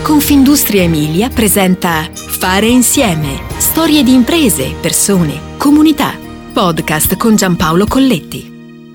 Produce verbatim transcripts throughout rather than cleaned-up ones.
Confindustria Emilia presenta Fare insieme. Storie di imprese, persone, comunità. Podcast con Giampaolo Colletti.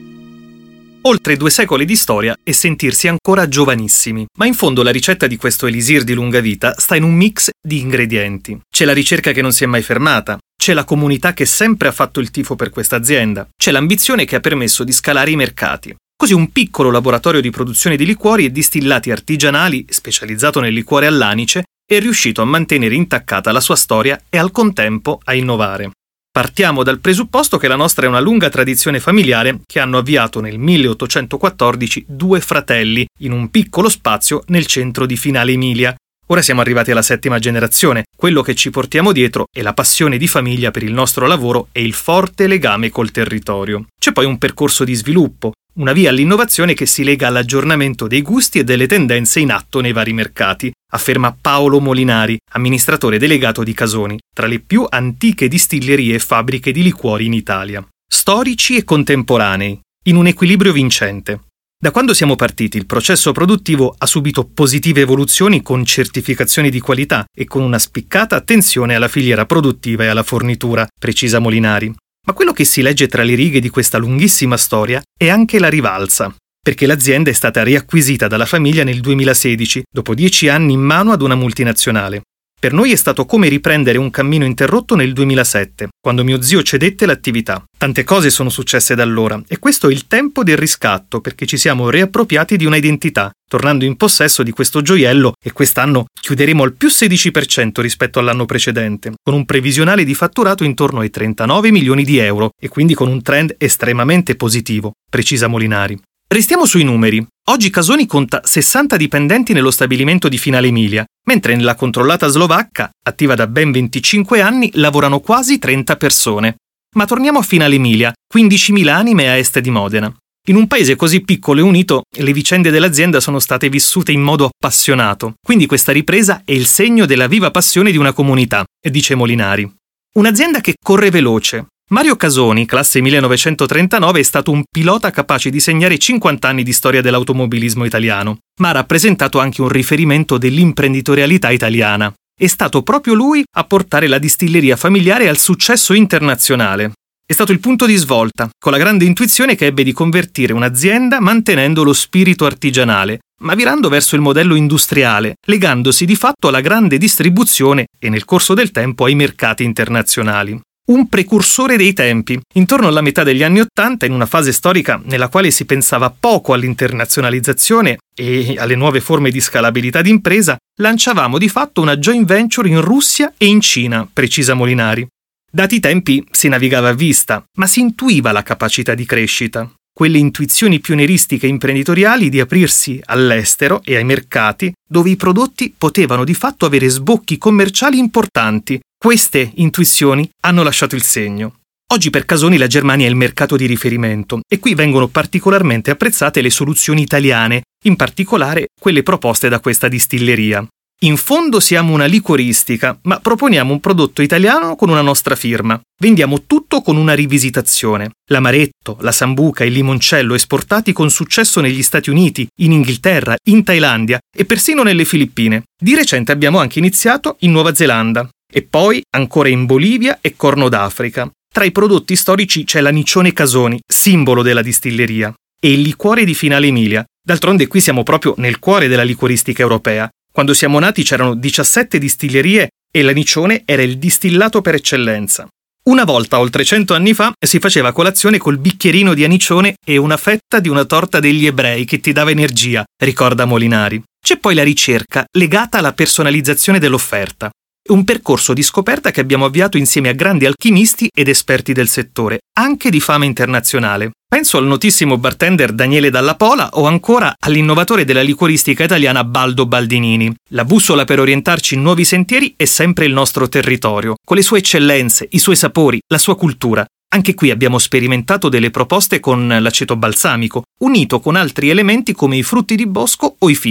Oltre due secoli di storia e sentirsi ancora giovanissimi. Ma in fondo la ricetta di questo elisir di lunga vita sta in un mix di ingredienti. C'è la ricerca che non si è mai fermata, c'è la comunità che sempre ha fatto il tifo per questa azienda, c'è l'ambizione che ha permesso di scalare i mercati. Così un piccolo laboratorio di produzione di liquori e distillati artigianali, specializzato nel liquore all'anice, è riuscito a mantenere intaccata la sua storia e al contempo a innovare. Partiamo dal presupposto che la nostra è una lunga tradizione familiare che hanno avviato nel milleottocentoquattordici due fratelli in un piccolo spazio nel centro di Finale Emilia. Ora siamo arrivati alla settima generazione. Quello che ci portiamo dietro è la passione di famiglia per il nostro lavoro e il forte legame col territorio. C'è poi un percorso di sviluppo, una via all'innovazione che si lega all'aggiornamento dei gusti e delle tendenze in atto nei vari mercati, afferma Paolo Molinari, amministratore delegato di Casoni, tra le più antiche distillerie e fabbriche di liquori in Italia. Storici e contemporanei, in un equilibrio vincente. Da quando siamo partiti, il processo produttivo ha subito positive evoluzioni con certificazioni di qualità e con una spiccata attenzione alla filiera produttiva e alla fornitura, precisa Molinari. Ma quello che si legge tra le righe di questa lunghissima storia è anche la rivalsa, perché l'azienda è stata riacquisita dalla famiglia nel duemilasedici, dopo dieci anni in mano ad una multinazionale. Per noi è stato come riprendere un cammino interrotto nel duemilasette, quando mio zio cedette l'attività. Tante cose sono successe da allora, e questo è il tempo del riscatto, perché ci siamo riappropriati di una identità, tornando in possesso di questo gioiello, e quest'anno chiuderemo al più sedici per cento rispetto all'anno precedente, con un previsionale di fatturato intorno ai trentanove milioni di euro, e quindi con un trend estremamente positivo, precisa Molinari. Restiamo sui numeri. Oggi Casoni conta sessanta dipendenti nello stabilimento di Finale Emilia, mentre nella controllata slovacca, attiva da ben venticinque anni, lavorano quasi trenta persone. Ma torniamo a Finale Emilia, quindicimila anime a est di Modena. In un paese così piccolo e unito, le vicende dell'azienda sono state vissute in modo appassionato, quindi questa ripresa è il segno della viva passione di una comunità, dice Molinari. Un'azienda che corre veloce. Mario Casoni, classe millenovecentotrentanove, è stato un pilota capace di segnare cinquanta anni di storia dell'automobilismo italiano, ma ha rappresentato anche un riferimento dell'imprenditorialità italiana. È stato proprio lui a portare la distilleria familiare al successo internazionale. È stato il punto di svolta, con la grande intuizione che ebbe di convertire un'azienda mantenendo lo spirito artigianale, ma virando verso il modello industriale, legandosi di fatto alla grande distribuzione e nel corso del tempo ai mercati internazionali. Un precursore dei tempi. Intorno alla metà degli anni Ottanta, in una fase storica nella quale si pensava poco all'internazionalizzazione e alle nuove forme di scalabilità d'impresa, lanciavamo di fatto una joint venture in Russia e in Cina, precisa Molinari. Dati i tempi si navigava a vista, ma si intuiva la capacità di crescita. Quelle intuizioni pionieristiche e imprenditoriali di aprirsi all'estero e ai mercati, dove i prodotti potevano di fatto avere sbocchi commerciali importanti. Queste intuizioni hanno lasciato il segno. Oggi per Casoni la Germania è il mercato di riferimento e qui vengono particolarmente apprezzate le soluzioni italiane, in particolare quelle proposte da questa distilleria. In fondo siamo una liquoristica, ma proponiamo un prodotto italiano con una nostra firma. Vendiamo tutto con una rivisitazione. L'amaretto, la sambuca e il limoncello esportati con successo negli Stati Uniti, in Inghilterra, in Thailandia e persino nelle Filippine. Di recente abbiamo anche iniziato in Nuova Zelanda. E poi ancora in Bolivia e Corno d'Africa. Tra i prodotti storici c'è l'anicione Casoni, simbolo della distilleria, e il liquore di Finale Emilia. D'altronde qui siamo proprio nel cuore della liquoristica europea. Quando siamo nati c'erano diciassette distillerie e l'anicione era il distillato per eccellenza. Una volta, oltre cento anni fa, si faceva colazione col bicchierino di anicione e una fetta di una torta degli ebrei che ti dava energia, ricorda Molinari. C'è poi la ricerca legata alla personalizzazione dell'offerta. Un percorso di scoperta che abbiamo avviato insieme a grandi alchimisti ed esperti del settore, anche di fama internazionale. Penso al notissimo bartender Daniele Dalla Pola o ancora all'innovatore della liquoristica italiana Baldo Baldinini. La bussola per orientarci in nuovi sentieri è sempre il nostro territorio, con le sue eccellenze, i suoi sapori, la sua cultura. Anche qui abbiamo sperimentato delle proposte con l'aceto balsamico, unito con altri elementi come i frutti di bosco o i fichi.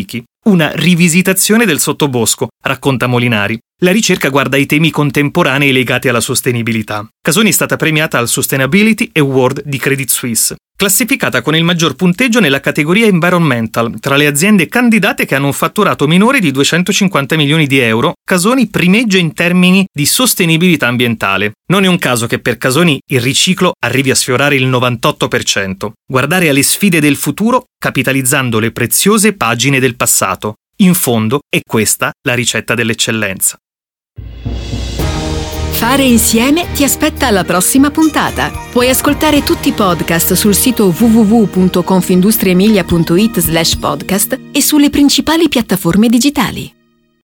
una rivisitazione del sottobosco, racconta Molinari. La ricerca guarda i temi contemporanei legati alla sostenibilità. Casoni è stata premiata al Sustainability Award di Credit Suisse, classificata con il maggior punteggio nella categoria environmental. Tra le aziende candidate che hanno un fatturato minore di duecentocinquanta milioni di euro, Casoni primeggia in termini di sostenibilità ambientale. Non è un caso che per Casoni il riciclo arrivi a sfiorare il novantotto per cento. Guardare alle sfide del futuro capitalizzando le preziose pagine del passato. In fondo è questa la ricetta dell'eccellenza. Fare insieme ti aspetta alla prossima puntata. Puoi ascoltare tutti i podcast sul sito w w w punto confindustriemilia punto it slash podcast e sulle principali piattaforme digitali.